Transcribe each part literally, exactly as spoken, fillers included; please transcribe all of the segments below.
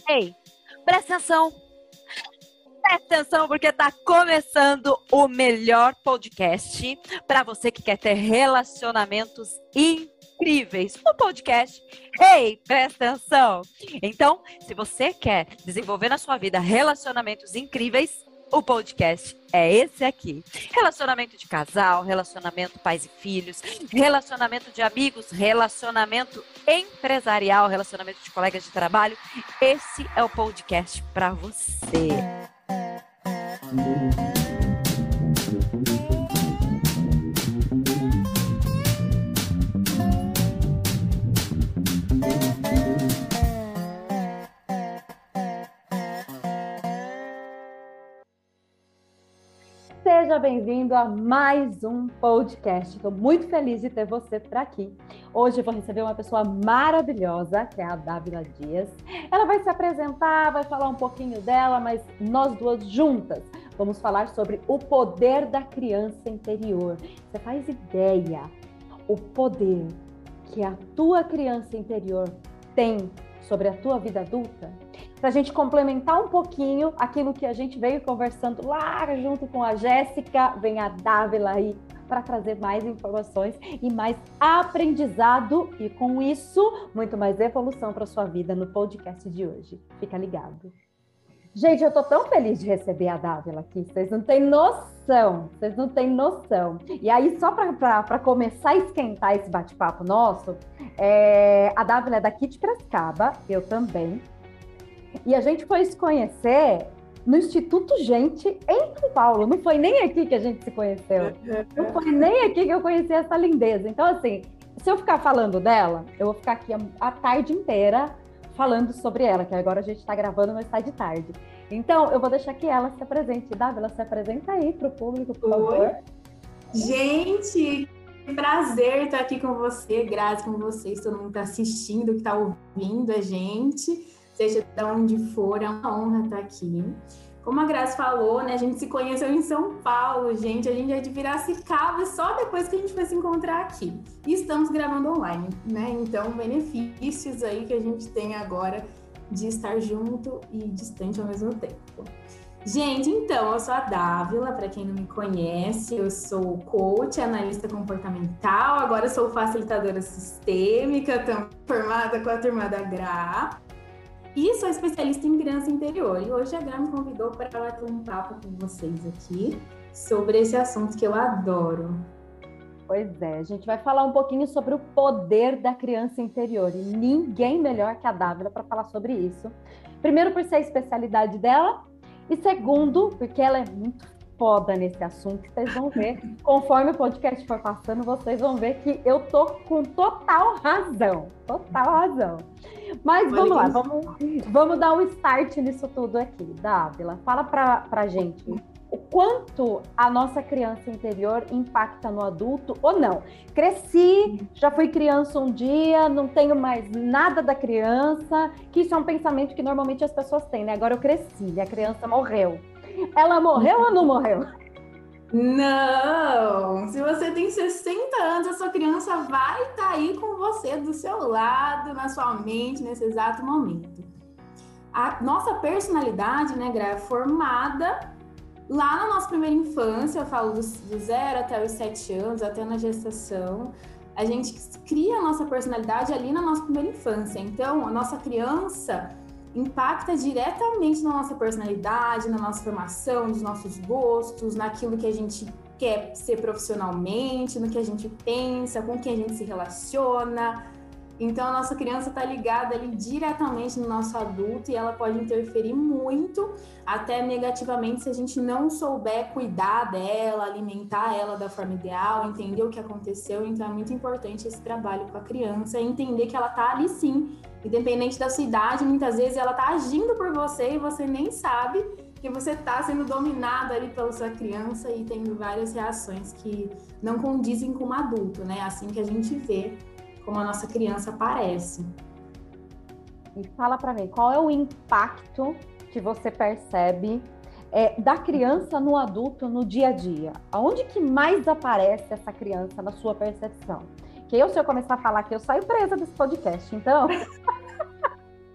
Ei, presta atenção, presta atenção porque está começando o melhor podcast para você que quer ter relacionamentos incríveis. O podcast, ei, presta atenção. Então, se você quer desenvolver na sua vida relacionamentos incríveis, o podcast é esse aqui. Relacionamento de casal, relacionamento pais e filhos, relacionamento de amigos, relacionamento empresarial, relacionamento de colegas de trabalho. Esse é o podcast para você. Seja bem-vindo a mais um podcast. Estou muito feliz de ter você por aqui. Hoje eu vou receber uma pessoa maravilhosa, que é a Dávila Dias. Ela vai se apresentar, vai falar um pouquinho dela, mas nós duas juntas vamos falar sobre o poder da criança interior. Você faz ideia o poder que a tua criança interior tem sobre a tua vida adulta? Para a gente complementar um pouquinho aquilo que a gente veio conversando lá junto com a Jéssica, vem a Dávila aí para trazer mais informações e mais aprendizado e, com isso, muito mais evolução para a sua vida no podcast de hoje. Fica ligado. Gente, eu estou tão feliz de receber a Dávila aqui, vocês não têm noção, vocês não têm noção. E aí, só para começar a esquentar esse bate-papo nosso, é, a Dávila é daqui de Piracicaba, eu também. E a gente foi se conhecer no Instituto Gente, em São Paulo. Não foi nem aqui que a gente se conheceu. Não foi nem aqui que eu conheci essa lindeza. Então, assim, se eu ficar falando dela, eu vou ficar aqui a, a tarde inteira falando sobre ela, que agora a gente está gravando, mas está de tarde. Então, eu vou deixar que ela se apresente. Dávila, se apresenta aí para o público, por favor. Oi. Gente, que prazer estar aqui com você, Grazi, com vocês, todo mundo está assistindo, que está ouvindo a gente. Seja de onde for, é uma honra estar aqui. Como a Grazi falou, né, a gente se conheceu em São Paulo, gente, a gente é de Piracicaba só depois que a gente foi se encontrar aqui. E estamos gravando online, né? Então, benefícios aí que a gente tem agora de estar junto e distante ao mesmo tempo. Gente, então, eu sou a Dávila, para quem não me conhece, eu sou coach, analista comportamental, agora sou facilitadora sistêmica, também formada com a turma da Gra. E sou especialista em criança interior. E hoje a Gra me convidou para bater um papo com vocês aqui sobre esse assunto que eu adoro. Pois é, a gente vai falar um pouquinho sobre o poder da criança interior. E ninguém melhor que a Dávila para falar sobre isso. Primeiro, por ser a especialidade dela. E segundo, porque ela é muito foda nesse assunto. Vocês vão ver, conforme o podcast for passando, vocês vão ver que eu tô com total razão. Total razão. Mas vamos lá, vamos, vamos dar um start nisso tudo aqui. Dávila, fala pra, pra gente o quanto a nossa criança interior impacta no adulto ou não. Cresci, já fui criança um dia, não tenho mais nada da criança, que isso é um pensamento que normalmente as pessoas têm, né? Agora eu cresci, a criança morreu. Ela morreu ou não morreu? Não! Se você tem sessenta anos, a sua criança vai estar aí com você, do seu lado, na sua mente, nesse exato momento. A nossa personalidade, né, Gra, é formada lá na nossa primeira infância, eu falo do, do zero até os sete anos, até na gestação. A gente cria a nossa personalidade ali na nossa primeira infância. Então, a nossa criança impacta diretamente na nossa personalidade, na nossa formação, nos nossos gostos, naquilo que a gente quer ser profissionalmente, no que a gente pensa, com quem a gente se relaciona. Então, a nossa criança está ligada ali diretamente no nosso adulto e ela pode interferir muito, até negativamente, se a gente não souber cuidar dela, alimentar ela da forma ideal, entender o que aconteceu. Então, é muito importante esse trabalho com a criança, entender que ela está ali sim, independente da sua idade, muitas vezes ela está agindo por você e você nem sabe que você está sendo dominado ali pela sua criança e tendo várias reações que não condizem com um adulto, né? Assim que a gente vê como a nossa criança aparece. E fala para mim, qual é o impacto que você percebe é, da criança no adulto no dia a dia? Aonde que mais aparece essa criança na sua percepção? Que eu, se eu começar a falar que eu saio presa desse podcast, então...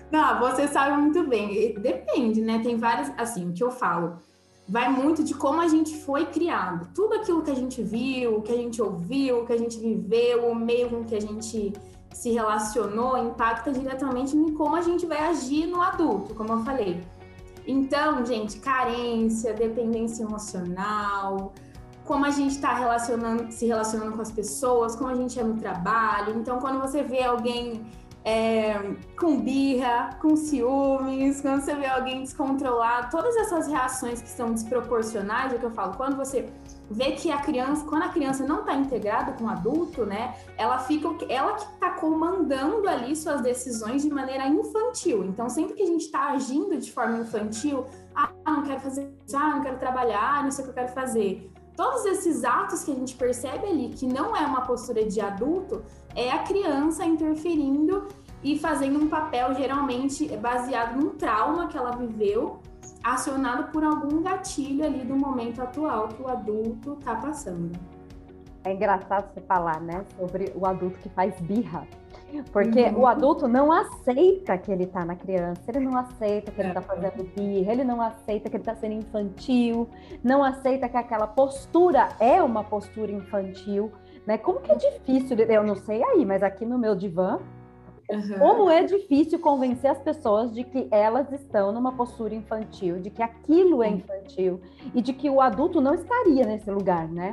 Não, você sabe muito bem. Depende, né? Tem várias, assim, o que eu falo, vai muito de como a gente foi criado. Tudo aquilo que a gente viu, que a gente ouviu, que a gente viveu, o meio com que a gente se relacionou, impacta diretamente em como a gente vai agir no adulto, como eu falei. Então, gente, carência, dependência emocional, como a gente está relacionando, se relacionando com as pessoas, como a gente é no trabalho. Então, quando você vê alguém é, com birra, com ciúmes, quando você vê alguém descontrolado, todas essas reações que são desproporcionais, é o que eu falo, quando você vê que a criança, quando a criança não está integrada com o adulto, né, ela fica, ela que está comandando ali suas decisões de maneira infantil. Então, sempre que a gente está agindo de forma infantil, ah, não quero fazer isso, ah, não quero trabalhar, não sei o que eu quero fazer. Todos esses atos que a gente percebe ali, que não é uma postura de adulto, é a criança interferindo e fazendo um papel geralmente baseado num trauma que ela viveu, acionado por algum gatilho ali do momento atual que o adulto está passando. É engraçado você falar, né, sobre o adulto que faz birra, porque uhum. o adulto não aceita que ele está na criança, ele não aceita que ele está fazendo birra, ele não aceita que ele está sendo infantil, não aceita que aquela postura é uma postura infantil, né? Como que é difícil, eu não sei aí, mas aqui no meu divã, uhum. como é difícil convencer as pessoas de que elas estão numa postura infantil, de que aquilo é infantil e de que o adulto não estaria nesse lugar, né?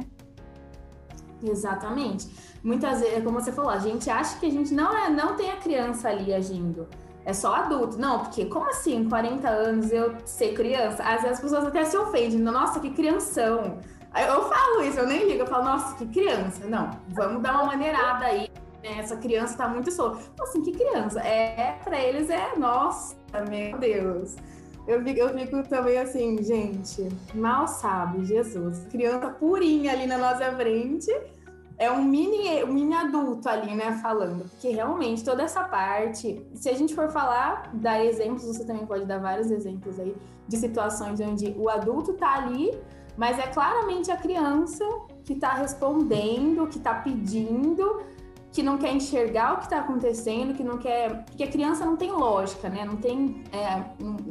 Exatamente. Muitas vezes, como você falou, a gente acha que a gente não, é, não tem a criança ali agindo, é só adulto. Não, porque como assim, quarenta anos eu ser criança? Às vezes as pessoas até se ofendem, nossa, que crianção. Eu falo isso, eu nem ligo, eu falo, nossa, que criança. Não, vamos dar uma maneirada aí, né? Essa criança tá muito solta. Assim, que criança? É, pra eles é, nossa, meu Deus. Eu fico, eu fico também assim, gente, mal sabe, Jesus. Criança purinha ali na nossa frente, é um mini, um mini adulto ali, né, falando. Porque realmente toda essa parte, se a gente for falar, dar exemplos, você também pode dar vários exemplos aí de situações onde o adulto tá ali, mas é claramente a criança que tá respondendo, que tá pedindo, que não quer enxergar o que tá acontecendo, que não quer... Porque a criança não tem lógica, né? Não tem... É,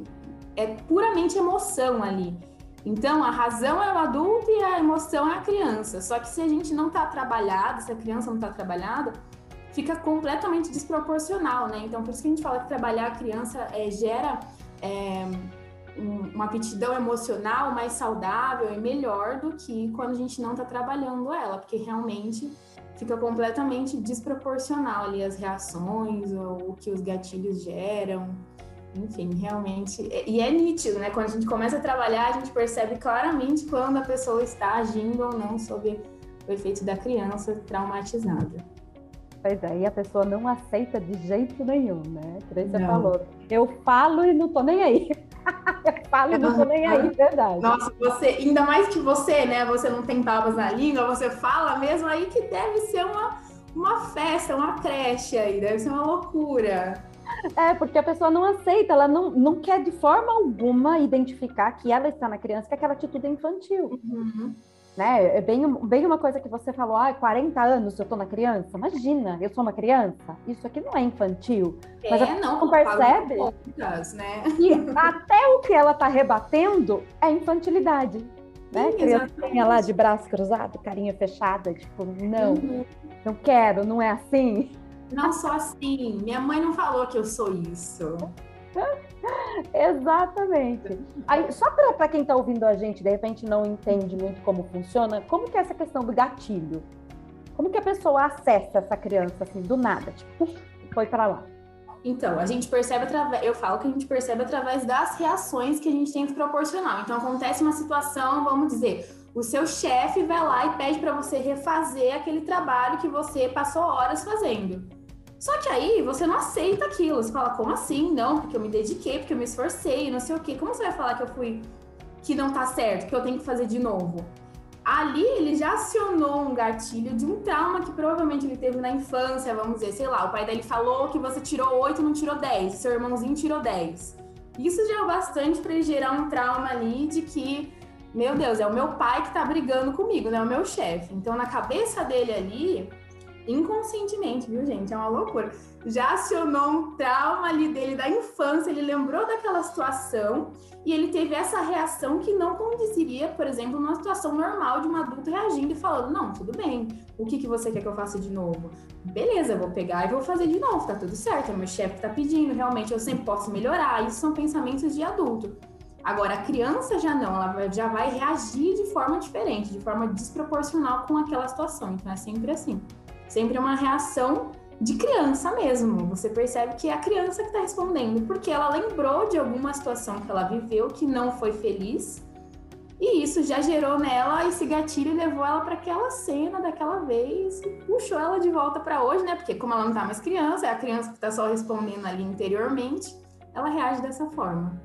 é puramente emoção ali. Então, a razão é o adulto e a emoção é a criança. Só que se a gente não tá trabalhado, se a criança não tá trabalhada, fica completamente desproporcional, né? Então, por isso que a gente fala que trabalhar a criança é, gera é, um, uma aptidão emocional mais saudável e melhor do que quando a gente não tá trabalhando ela, porque realmente fica completamente desproporcional ali as reações ou o que os gatilhos geram. Enfim, realmente, e é nítido, né? Quando a gente começa a trabalhar, a gente percebe claramente quando a pessoa está agindo ou não sob o efeito da criança traumatizada. Pois é, e a pessoa não aceita de jeito nenhum, né? Que nem você não. falou. Eu falo e não tô nem aí. Eu falo e não tô nem aí, verdade. Nossa, você, ainda mais que você, né? Você não tem papas na língua, você fala mesmo aí que deve ser uma, uma festa, uma creche aí, deve ser uma loucura. É, porque a pessoa não aceita, ela não, não quer de forma alguma identificar que ela está na criança, que aquela atitude é infantil. Uhum. Né? É bem, bem uma coisa que você falou, ah, quarenta anos eu tô na criança. Imagina, eu sou uma criança. Isso aqui não é infantil. É, mas a pessoa não, não percebe contas, né? que até o que ela tá rebatendo é infantilidade. Né? Sim, criancinha lá de braço cruzado, carinha fechada, tipo, não, uhum. não quero, não é assim. Não sou assim, minha mãe não falou que eu sou isso. Exatamente. Aí, só para quem está ouvindo a gente, de repente não entende muito como funciona, como que é essa questão do gatilho? Como que a pessoa acessa essa criança assim, do nada? Tipo, foi para lá. Então, a gente percebe através, eu falo que a gente percebe através das reações que a gente tem que proporcionar. Então, acontece uma situação, vamos dizer, o seu chefe vai lá e pede para você refazer aquele trabalho que você passou horas fazendo. Só que aí você não aceita aquilo, você fala, como assim? Não, porque eu me dediquei, porque eu me esforcei, não sei o quê. Como você vai falar que eu fui, que não tá certo, que eu tenho que fazer de novo? Ali ele já acionou um gatilho de um trauma que provavelmente ele teve na infância, vamos dizer, sei lá, o pai dele falou que você tirou oito, não tirou dez, seu irmãozinho tirou dez. Isso já é o bastante para ele gerar um trauma ali de que, meu Deus, é o meu pai que tá brigando comigo, não é o meu chefe. Então, na cabeça dele ali, inconscientemente, viu, gente? É uma loucura. Já acionou um trauma ali dele da infância, ele lembrou daquela situação e ele teve essa reação que não condiziria, por exemplo, numa situação normal de um adulto reagindo e falando, não, tudo bem, o que, que você quer que eu faça de novo? Beleza, eu vou pegar e vou fazer de novo, tá tudo certo, é meu chefe que tá pedindo, realmente eu sempre posso melhorar, isso são pensamentos de adulto. Agora, a criança já não, ela já vai reagir de forma diferente, de forma desproporcional com aquela situação, então é sempre assim. Sempre é uma reação de criança mesmo. Você percebe que é a criança que está respondendo, porque ela lembrou de alguma situação que ela viveu que não foi feliz, e isso já gerou nela esse gatilho e levou ela para aquela cena daquela vez e puxou ela de volta para hoje, né? Porque como ela não está mais criança, é a criança que está só respondendo ali interiormente, ela reage dessa forma.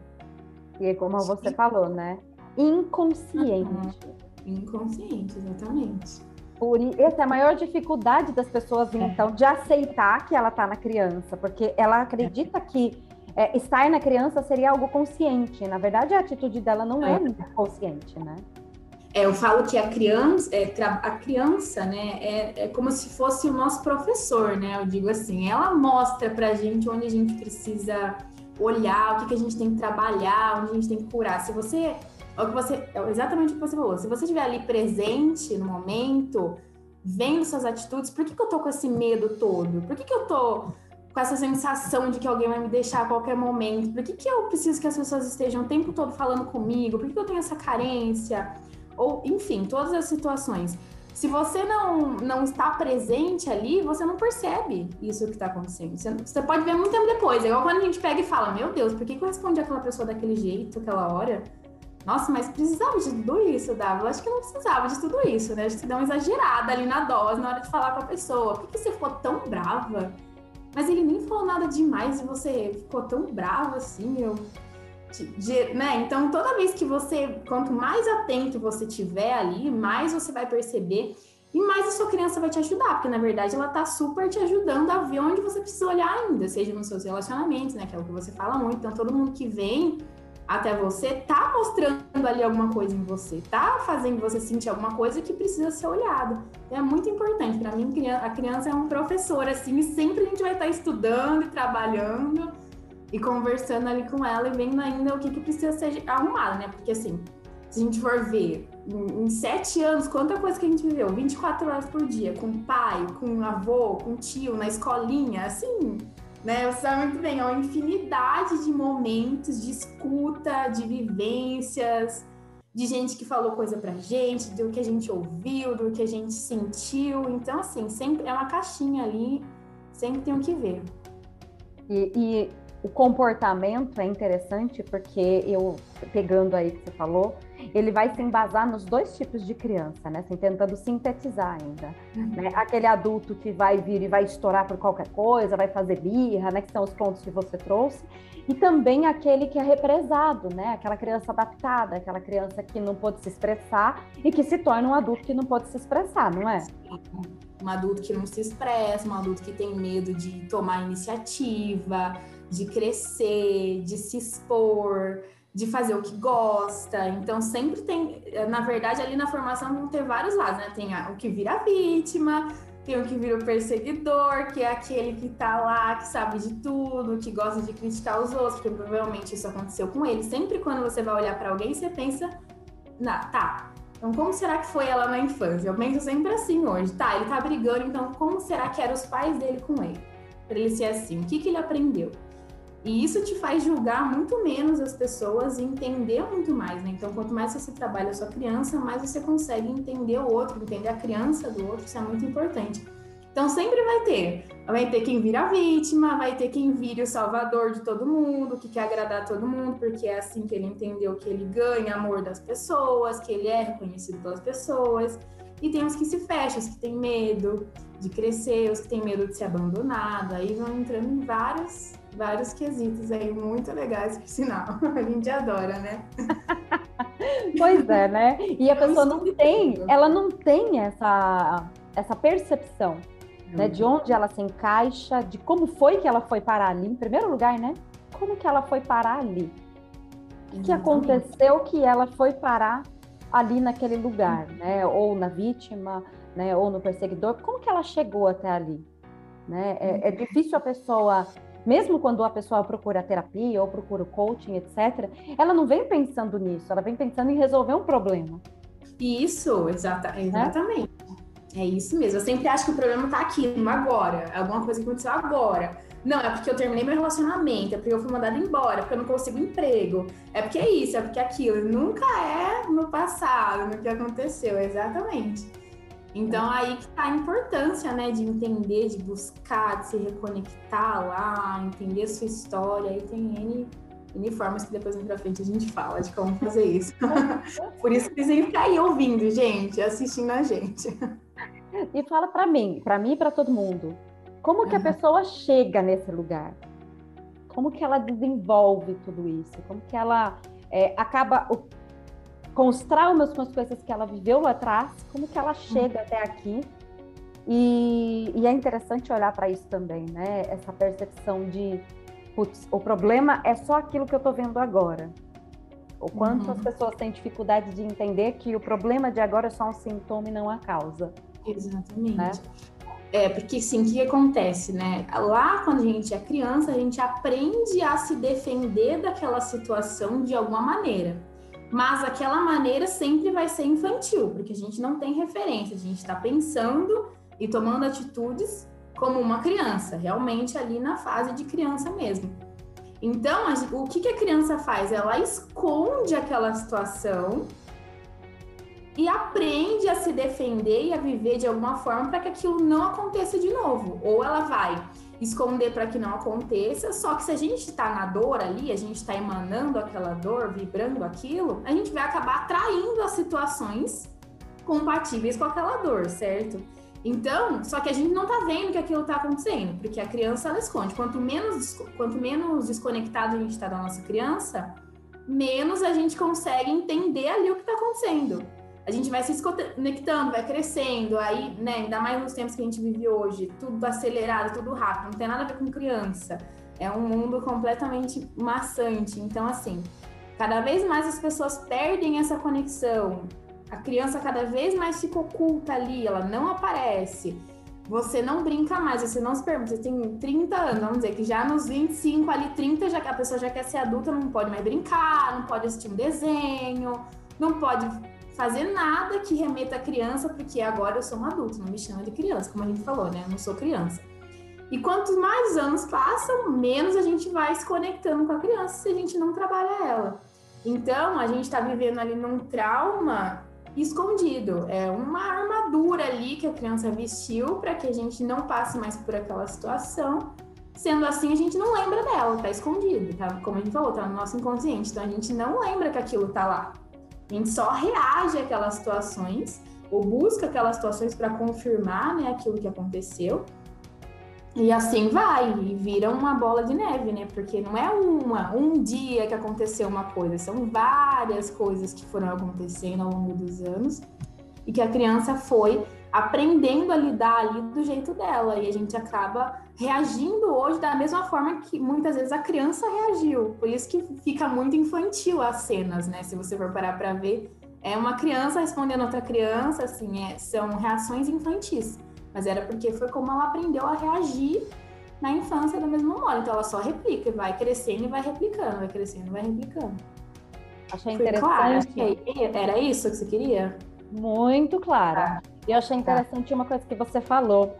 E é como você falou, né? Inconsciente. Uhum. Inconsciente, exatamente. Por, essa é a maior dificuldade das pessoas, então, de aceitar que ela está na criança, porque ela acredita que é, estar na criança seria algo consciente. Na verdade, a atitude dela não é, é consciente, né? É, eu falo que a criança, é, a criança, né, é, é como se fosse o nosso professor, né? Eu digo assim, ela mostra pra gente onde a gente precisa olhar, o que, que a gente tem que trabalhar, onde a gente tem que curar. Se você... É, o que você, é exatamente o que você falou. Se você estiver ali presente no momento, vendo suas atitudes, por que, que eu tô com esse medo todo? Por que, que eu tô com essa sensação de que alguém vai me deixar a qualquer momento? Por que, que eu preciso que as pessoas estejam o tempo todo falando comigo? Por que, que eu tenho essa carência? Ou, enfim, todas as situações. Se você não, não está presente ali, você não percebe isso que está acontecendo. Você, você pode ver muito tempo depois. É igual quando a gente pega e fala, meu Deus, por que, que eu respondi aquela pessoa daquele jeito, aquela hora? Nossa, mas precisava de tudo isso, Dava? Eu acho que não precisava de tudo isso, né? Acho que você dá uma exagerada ali na dose, na hora de falar com a pessoa. Por que, que você ficou tão brava? Mas ele nem falou nada demais e você ficou tão brava assim, eu... De, de, né? Então, toda vez que você, quanto mais atento você tiver ali, mais você vai perceber e mais a sua criança vai te ajudar, porque na verdade ela tá super te ajudando a ver onde você precisa olhar ainda, seja nos seus relacionamentos, né? Que é o que você fala muito. Então, todo mundo que vem até você tá mostrando ali alguma coisa em você, tá fazendo você sentir alguma coisa que precisa ser olhada. Então, é muito importante. Para mim, a criança é um professor, assim, e sempre a gente vai estar estudando e trabalhando e conversando ali com ela e vendo ainda o que, que precisa ser arrumado, né? Porque, assim, se a gente for ver, em, em sete anos, quanta coisa que a gente viveu, vinte e quatro horas por dia, com o pai, com o avô, com o tio, na escolinha, assim, né? Você sabe muito bem, é uma infinidade de momentos de escuta, de vivências, de gente que falou coisa pra gente, do que a gente ouviu, do que a gente sentiu. Então, assim, sempre é uma caixinha ali, sempre tem o que ver. E... e... O comportamento é interessante porque eu, pegando aí que você falou, ele vai se embasar nos dois tipos de criança, né? Assim, tentando sintetizar ainda. Uhum. Né? Aquele adulto que vai vir e vai estourar por qualquer coisa, vai fazer birra, né? Que são os pontos que você trouxe. E também aquele que é represado, né? Aquela criança adaptada, aquela criança que não pôde se expressar e que se torna um adulto que não pode se expressar, não é? Um adulto que não se expressa, um adulto que tem medo de tomar iniciativa, de crescer, de se expor, de fazer o que gosta. Então, sempre tem... Na verdade, ali na formação vão ter vários lados, né? Tem o que vira vítima, tem o que vira o perseguidor, que é aquele que tá lá, que sabe de tudo, que gosta de criticar os outros, porque provavelmente isso aconteceu com ele. Sempre quando você vai olhar para alguém, você pensa... Nah, tá, então como será que foi ela na infância? Eu penso sempre assim hoje. Tá, ele tá brigando, então como será que eram os pais dele com ele? Para ele ser assim, o que que ele aprendeu? E isso te faz julgar muito menos as pessoas e entender muito mais, né? Então, quanto mais você trabalha a sua criança, mais você consegue entender o outro, entender a criança do outro, isso é muito importante. Então, sempre vai ter. Vai ter quem vira a vítima, vai ter quem vira o salvador de todo mundo, que quer agradar todo mundo, porque é assim que ele entendeu que ele ganha amor das pessoas, que ele é reconhecido pelas pessoas. E tem os que se fecham, os que têm medo de crescer, os que têm medo de ser abandonado. Aí vão entrando em vários... vários quesitos aí, muito legais, por sinal. A gente adora, né? Pois é, né? E a pessoa não tem, ela não tem essa, essa percepção, uhum. né? De onde ela se encaixa, de como foi que ela foi parar ali, em primeiro lugar, né? Como que ela foi parar ali? O que aconteceu que ela foi parar ali naquele lugar, né? Ou na vítima, né, ou no perseguidor, como que ela chegou até ali? Né? É, é difícil a pessoa, mesmo quando a pessoa procura terapia ou procura coaching, etcétera, ela não vem pensando nisso, ela vem pensando em resolver um problema. Isso, exata, exatamente. É? É isso mesmo. Eu sempre acho que o problema está aqui, no agora. É alguma coisa que aconteceu agora. Não, é porque eu terminei meu relacionamento, é porque eu fui mandada embora, é porque eu não consigo emprego, é porque é isso, é porque é aquilo. Nunca é no passado, no que aconteceu, exatamente. Então, aí que tá a importância, né, de entender, de buscar, de se reconectar lá, entender a sua história. Aí tem N, N formas que depois, pra frente, a gente fala de como fazer isso. Por isso que vocês têm que ficar aí ouvindo, gente, assistindo a gente. E fala pra mim, pra mim e pra todo mundo, como que a pessoa chega nesse lugar? Como que ela desenvolve tudo isso? Como que ela é, acaba... com os traumas, com as coisas que ela viveu lá atrás, como que ela chega até aqui. E, e é interessante olhar para isso também, né? Essa percepção de, putz, o problema é só aquilo que eu estou vendo agora. O quanto uhum. as pessoas têm dificuldade de entender que o problema de agora é só um sintoma e não a causa. Exatamente. Né? É, porque sim, o que acontece, né? Lá, quando a gente é criança, a gente aprende a se defender daquela situação de alguma maneira. Mas aquela maneira sempre vai ser infantil, porque a gente não tem referência, a gente está pensando e tomando atitudes como uma criança, realmente ali na fase de criança mesmo. Então, a, o que, que a criança faz? Ela esconde aquela situação e aprende a se defender e a viver de alguma forma para que aquilo não aconteça de novo. Ou ela vai esconder para que não aconteça, só que se a gente está na dor ali, a gente está emanando aquela dor, vibrando aquilo, a gente vai acabar atraindo as situações compatíveis com aquela dor, certo? Então, só que a gente não tá vendo que aquilo tá acontecendo, porque a criança, ela esconde. Quanto menos, quanto menos desconectado a gente tá da nossa criança, menos a gente consegue entender ali o que tá acontecendo. A gente vai se desconectando, vai crescendo, aí, né, ainda mais nos tempos que a gente vive hoje, tudo acelerado, tudo rápido, não tem nada a ver com criança. É um mundo completamente maçante. Então, assim, cada vez mais as pessoas perdem essa conexão. A criança cada vez mais fica oculta ali, ela não aparece. Você não brinca mais, você não se permite. Você tem trinta anos, vamos dizer que já nos vinte e cinco, ali trinta, já que a pessoa já quer ser adulta, não pode mais brincar, não pode assistir um desenho, não pode fazer nada que remeta a criança, porque agora eu sou um adulto, não me chama de criança, como a gente falou, né? Eu não sou criança. E quantos mais anos passam, menos a gente vai se conectando com a criança se a gente não trabalha ela. Então, a gente está vivendo ali num trauma escondido. É uma armadura ali que a criança vestiu para que a gente não passe mais por aquela situação. Sendo assim, a gente não lembra dela, tá escondido, tá? Como a gente falou, tá no nosso inconsciente. Então, a gente não lembra que aquilo tá lá. A gente só reage àquelas situações ou busca aquelas situações para confirmar, né, aquilo que aconteceu. E assim vai, e vira uma bola de neve, né? Porque não é uma, um dia que aconteceu uma coisa, são várias coisas que foram acontecendo ao longo dos anos e que a criança foi aprendendo a lidar ali do jeito dela. E a gente acaba reagindo hoje da mesma forma que muitas vezes a criança reagiu. Por isso que fica muito infantil as cenas, né? Se você for parar para ver, é uma criança respondendo outra criança, assim, é, são reações infantis. Mas era porque foi como ela aprendeu a reagir na infância da mesma modo. Então ela só replica, vai crescendo e vai replicando, vai crescendo e vai replicando. Achei interessante. Claro, era isso que você queria? Muito clara. E eu achei interessante uma coisa que você falou,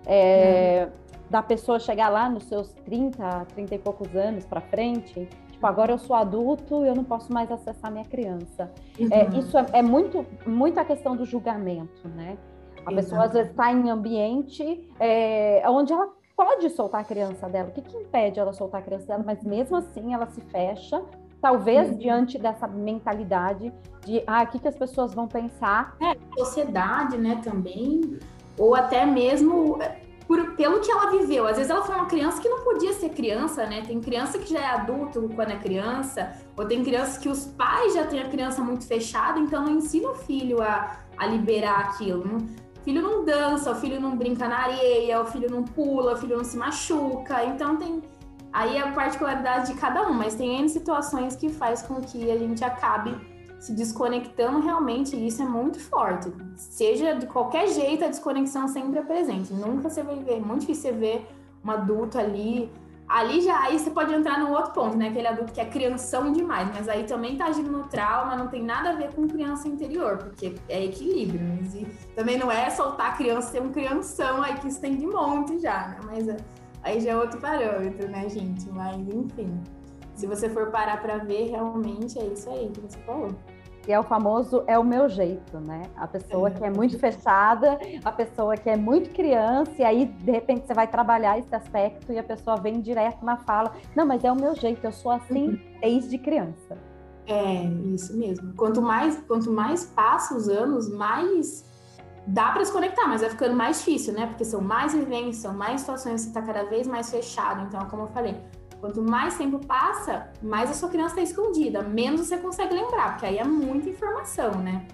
é, hum. da pessoa chegar lá nos seus trinta, trinta e poucos anos para frente, tipo, agora eu sou adulto, eu não posso mais acessar minha criança. Uhum. É, isso é, é muito, muito a questão do julgamento, né? A Exato. Pessoa às vezes está em ambiente é, onde ela pode soltar a criança dela. O que, que impede ela soltar a criança dela? Mas mesmo assim ela se fecha, talvez uhum. diante dessa mentalidade de ah, o que, que as pessoas vão pensar. É, sociedade, né, também, ou até mesmo por, pelo que ela viveu. Às vezes ela foi uma criança que não podia ser criança, né? Tem criança que já é adulto quando é criança, ou tem crianças que os pais já têm a criança muito fechada, então não ensina o filho a, a liberar aquilo. Não, o filho não dança, o filho não brinca na areia, o filho não pula, o filho não se machuca. Então tem... Aí é a particularidade de cada um, mas tem N situações que faz com que a gente acabe se desconectando realmente, isso é muito forte. Seja de qualquer jeito, a desconexão sempre é presente. Nunca você vai ver, muito difícil você ver um adulto ali. Ali já, aí você pode entrar num outro ponto, né? Aquele adulto que é crianção demais, mas aí também tá agindo no trauma, não tem nada a ver com criança interior, porque é equilíbrio, mas e também não é soltar a criança ser um crianção aí que isso tem de monte já, né? Mas aí já é outro parâmetro, né, gente? Mas enfim, se você for parar pra ver, realmente é isso aí que você falou. E é o famoso é o meu jeito, né? A pessoa que é muito fechada, a pessoa que é muito criança, e aí, de repente, você vai trabalhar esse aspecto e a pessoa vem direto na fala. Não, mas é o meu jeito, eu sou assim uhum. desde criança. É, isso mesmo. Quanto mais, quanto mais passa os anos, mais dá para se conectar, mas vai ficando mais difícil, né? Porque são mais vivências, são mais situações, você está cada vez mais fechado. Então, como eu falei, quanto mais tempo passa, mais a sua criança está escondida, menos você consegue lembrar, porque aí é muita informação, né?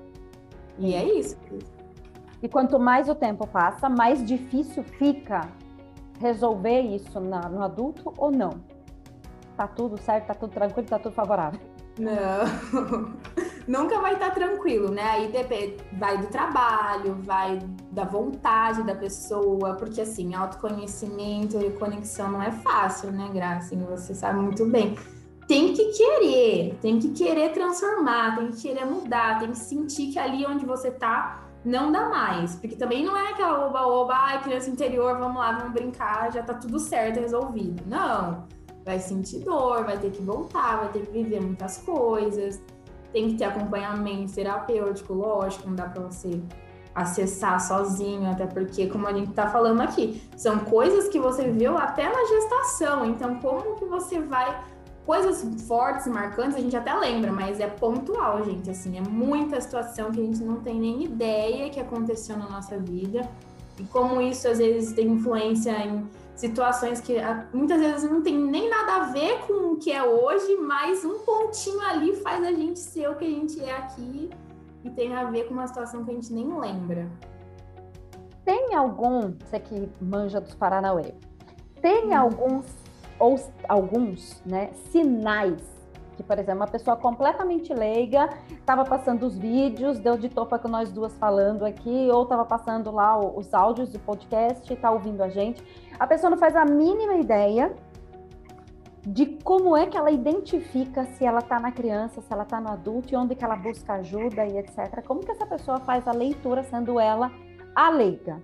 E é isso. E quanto mais o tempo passa, mais difícil fica resolver isso na, no adulto ou não? Tá tudo certo, tá tudo tranquilo, tá tudo favorável? Não, nunca vai estar tranquilo, né? Aí depende, vai do trabalho, vai da vontade da pessoa, porque assim, autoconhecimento e conexão não é fácil, né, Graça? Assim, você sabe muito bem. Tem que querer, tem que querer transformar, tem que querer mudar, tem que sentir que ali onde você tá não dá mais, porque também não é aquela oba-oba, ai, criança interior, vamos lá, vamos brincar, já tá tudo certo, resolvido. Não. Vai sentir dor, vai ter que voltar, vai ter que viver muitas coisas, tem que ter acompanhamento terapêutico, lógico, não dá para você acessar sozinho, até porque, como a gente tá falando aqui, são coisas que você viveu até na gestação, então como que você vai... Coisas fortes, marcantes, a gente até lembra, mas é pontual, gente, assim, é muita situação que a gente não tem nem ideia que aconteceu na nossa vida, e como isso, às vezes, tem influência em situações que muitas vezes não tem nem nada a ver com o que é hoje, mas um pontinho ali faz a gente ser o que a gente é aqui e tem a ver com uma situação que a gente nem lembra. Tem algum, você que manja dos Paranauê, tem hum. alguns, ou alguns, né, sinais que, por exemplo, uma pessoa completamente leiga estava passando os vídeos, deu de topa com nós duas falando aqui, ou estava passando lá os áudios do podcast, está ouvindo a gente. A pessoa não faz a mínima ideia de como é que ela identifica se ela está na criança, se ela está no adulto, e onde que ela busca ajuda e etcétera. Como que essa pessoa faz a leitura, sendo ela a leiga?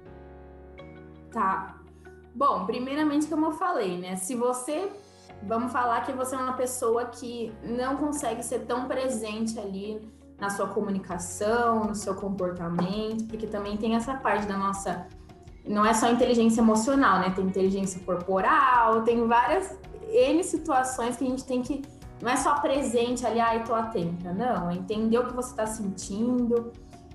Tá. Bom, primeiramente, como eu falei, né? Se você... Vamos falar que você é uma pessoa que não consegue ser tão presente ali na sua comunicação, no seu comportamento, porque também tem essa parte da nossa... Não é só inteligência emocional, né? Tem inteligência corporal, tem várias N situações que a gente tem que... Não é só presente ali, ai, tô atenta. Não, é entender o que você tá sentindo.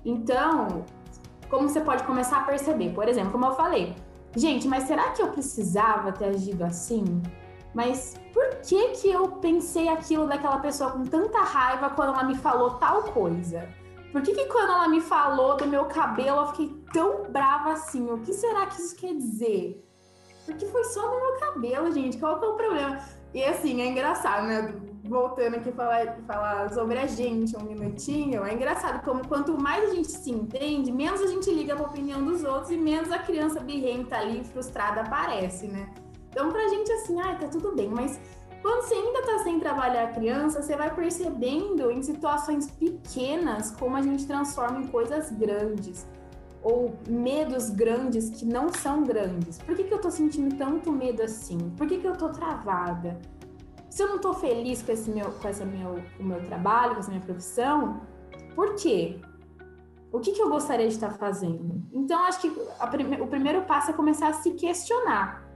Então, como você pode começar a perceber? Por exemplo, como eu falei, gente, mas será que eu precisava ter agido assim? Mas por que que eu pensei aquilo daquela pessoa com tanta raiva quando ela me falou tal coisa? Por que que quando ela me falou do meu cabelo eu fiquei tão brava assim? O que será que isso quer dizer? Porque foi só do meu cabelo, gente. Qual que é o problema? E assim, é engraçado, né? Voltando aqui falar, falar sobre a gente um minutinho, é engraçado como quanto mais a gente se entende, menos a gente liga pra opinião dos outros e menos a criança birrenta ali, frustrada, aparece, né? Então, pra gente, assim, ah, tá tudo bem, mas quando você ainda tá sem trabalhar a criança, você vai percebendo em situações pequenas como a gente transforma em coisas grandes, ou medos grandes que não são grandes. Por que que eu tô sentindo tanto medo assim? Por que que eu tô travada? Se eu não tô feliz com esse meu, com essa meu, com o meu trabalho, com essa minha profissão, por quê? O que que eu gostaria de estar fazendo? Então, acho que a prime- o primeiro passo é começar a se questionar.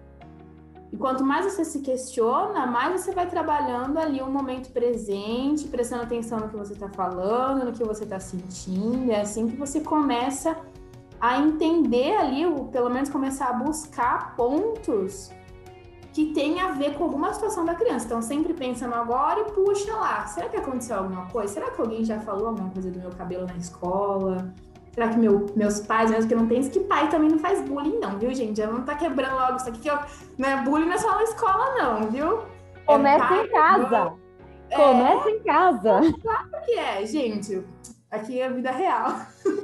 E quanto mais você se questiona, mais você vai trabalhando ali o momento presente, prestando atenção no que você está falando, no que você está sentindo. É assim que você começa a entender ali, ou pelo menos começar a buscar pontos que tem a ver com alguma situação da criança. Então, sempre pensa no agora e puxa lá. Será que aconteceu alguma coisa? Será que alguém já falou alguma coisa do meu cabelo na escola? Será que meu, meus pais, mesmo que eu não pense que pai também não faz bullying, não, viu, gente? Já não tá quebrando logo isso aqui, que eu, não é bullying, não é só na escola, não, viu? Começa é em casa. Começa em casa. Claro que é, gente. Aqui é a vida real.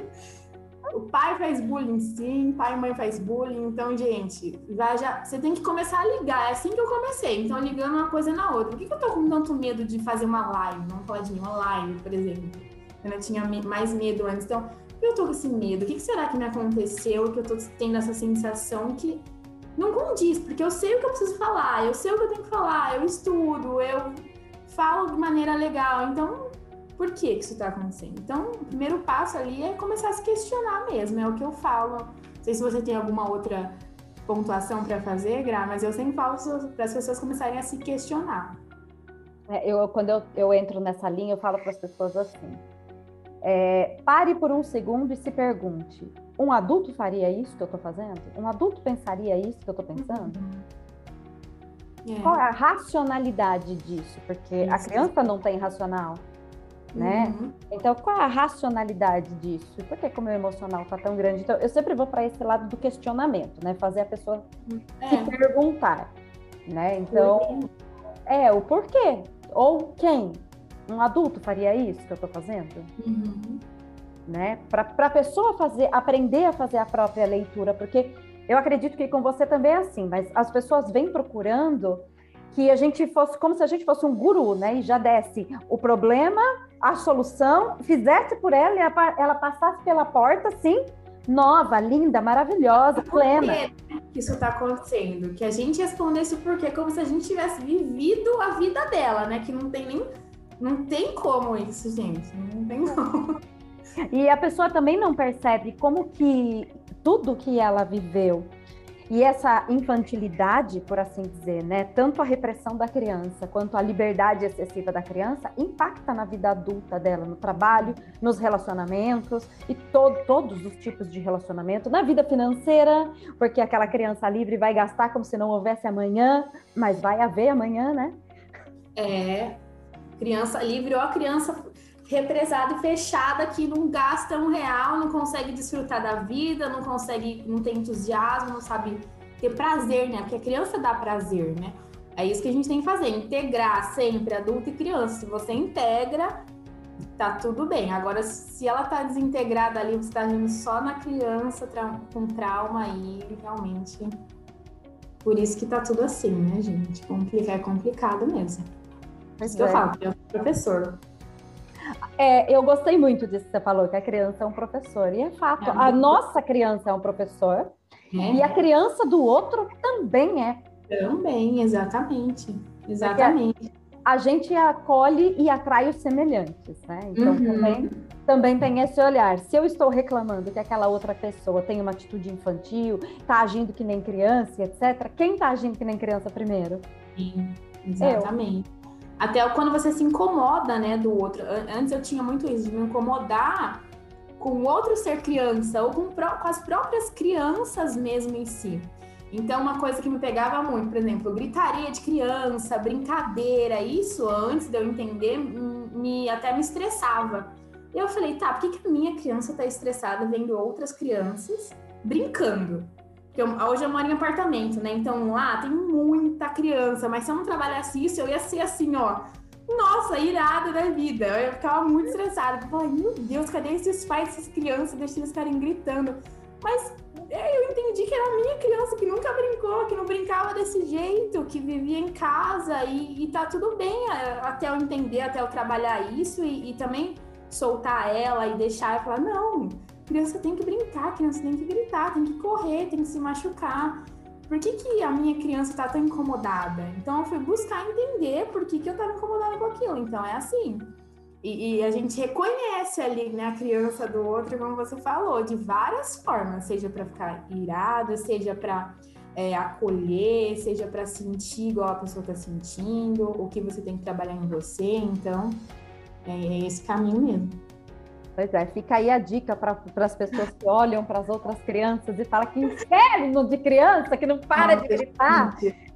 O pai faz bullying, sim. Pai e mãe faz bullying. Então, gente, já, já, você tem que começar a ligar. É assim que eu comecei. Então, ligando uma coisa na outra. Por que, que eu tô com tanto medo de fazer uma live? Vamos falar de mim, uma live, por exemplo. Eu não tinha mais medo antes. Então, por que eu tô com esse medo? O que, que será que me aconteceu? Que eu tô tendo essa sensação que não condiz. Porque eu sei o que eu preciso falar. Eu sei o que eu tenho que falar. Eu estudo. Eu falo de maneira legal. Então... Por que que isso está acontecendo? Então, o primeiro passo ali é começar a se questionar mesmo, é o que eu falo. Não sei se você tem alguma outra pontuação para fazer, Gra, mas eu sempre falo para as pessoas começarem a se questionar. É, eu, quando eu, eu entro nessa linha, eu falo para as pessoas assim, é, pare por um segundo e se pergunte, um adulto faria isso que eu estou fazendo? Um adulto pensaria isso que eu estou pensando? Uhum. É. Qual é a racionalidade disso? Porque isso. A criança não tem racional. Né? Uhum. Então, qual é a racionalidade disso? Por que, que o meu emocional está tão grande? Então, eu sempre vou para esse lado do questionamento, né? Fazer a pessoa é. se perguntar, né? Então, é o porquê ou quem? Um adulto faria isso que eu estou fazendo? Uhum. Né? Para a pessoa fazer, aprender a fazer a própria leitura, porque eu acredito que com você também é assim, mas as pessoas vêm procurando que a gente fosse, como se a gente fosse um guru, né? E já desse o problema, a solução, fizesse por ela e ela passasse pela porta, assim, nova, linda, maravilhosa, plena. Por que isso está acontecendo? Que a gente respondesse o porquê como se a gente tivesse vivido a vida dela, né? Que não tem nem... Não tem como isso, gente. Não tem como. E a pessoa também não percebe como que tudo que ela viveu e essa infantilidade, por assim dizer, né, tanto a repressão da criança quanto a liberdade excessiva da criança impacta na vida adulta dela, no trabalho, nos relacionamentos e to- todos os tipos de relacionamento, na vida financeira, porque aquela criança livre vai gastar como se não houvesse amanhã, mas vai haver amanhã, né? É, criança livre ou a criança represada e fechada que não gasta um real, não consegue desfrutar da vida, não consegue, não tem entusiasmo, não sabe ter prazer, né? Porque a criança dá prazer, né? É isso que a gente tem que fazer, integrar sempre adulto e criança. Se você integra, tá tudo bem. Agora, se ela tá desintegrada ali, você tá agindo só na criança tra- com trauma aí, realmente... Por isso que tá tudo assim, né, gente? Complica- é complicado mesmo. É isso que eu falo, eu sou professor. É, eu gostei muito disso que você falou, que a criança é um professor. E é fato, é, a nossa criança é um professor é. E a criança do outro também é. Também, exatamente. Exatamente. A, a gente acolhe e atrai os semelhantes, né? Então, uhum. também, também tem esse olhar. Se eu estou reclamando que aquela outra pessoa tem uma atitude infantil, está agindo que nem criança, etcétera, quem está agindo que nem criança primeiro? Sim, exatamente. Eu. Até quando você se incomoda, né, do outro. Antes eu tinha muito isso, de me incomodar com o outro ser criança, ou com, com as próprias crianças mesmo em si. Então, uma coisa que me pegava muito, por exemplo, gritaria de criança, brincadeira, isso antes de eu entender, me, até me estressava. E eu falei, tá, por que, que a minha criança tá estressada vendo outras crianças brincando? Porque eu, hoje eu moro em apartamento, né? Então lá tem muita criança, mas se eu não trabalhasse isso, eu ia ser assim, ó, nossa, irada da vida. Eu ficava muito estressada. Eu falei, meu Deus, cadê esses pais, essas crianças, deixa eles ficarem gritando. Mas eu entendi que era a minha criança que nunca brincou, que não brincava desse jeito, que vivia em casa e, e tá tudo bem até eu entender, até eu trabalhar isso e, e também soltar ela e deixar ela falar, não, criança tem que brincar, criança tem que gritar, tem que correr, tem que se machucar. Por que, que a minha criança tá tão incomodada? Então eu fui buscar entender por que, que eu tava incomodada com aquilo. Então é assim. E, e a gente reconhece ali, né, a criança do outro, como você falou, de várias formas, seja para ficar irado, seja para é, acolher, seja para sentir igual a pessoa está sentindo, o que você tem que trabalhar em você. Então, é esse caminho mesmo. Pois é, fica aí a dica para as pessoas que olham para as outras crianças e falam que inferno de criança que não para Nossa, de gritar,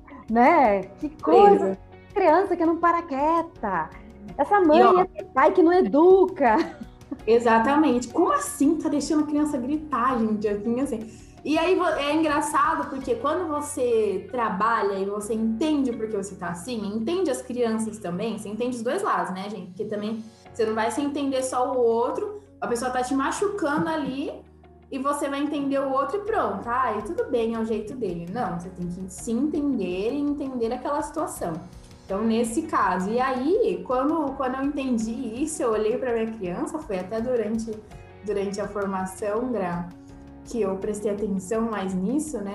né? Que coisa, criança que não para quieta. Essa mãe e, ó, esse pai que não educa. Exatamente. Como assim tá deixando a criança gritar, gente? Assim, assim. E aí é engraçado porque quando você trabalha e você entende o porquê você tá assim, entende as crianças também, você entende os dois lados, né, gente? Porque também você não vai se entender só o outro, a pessoa tá te machucando ali e você vai entender o outro e pronto. Ah, e tudo bem, é o jeito dele. Não, você tem que se entender e entender aquela situação. Então, nesse caso. E aí, quando, quando eu entendi isso, eu olhei para minha criança, foi até durante, durante a formação, Gra, que eu prestei atenção mais nisso, né?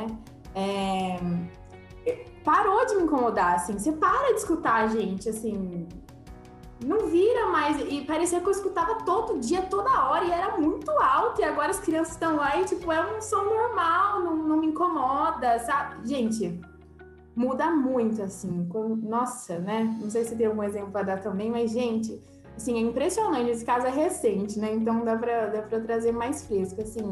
É, parou de me incomodar, assim. Você para de escutar a gente, assim. Não vira mais. E parecia que eu escutava todo dia, toda hora, e era muito alto. E agora as crianças estão lá e, tipo, é um som normal, não, não me incomoda, sabe? Gente, muda muito, assim. Nossa, né? Não sei se tem algum exemplo para dar também, mas, gente, assim, é impressionante. Esse caso é recente, né? Então dá pra, dá pra trazer mais fresco, assim.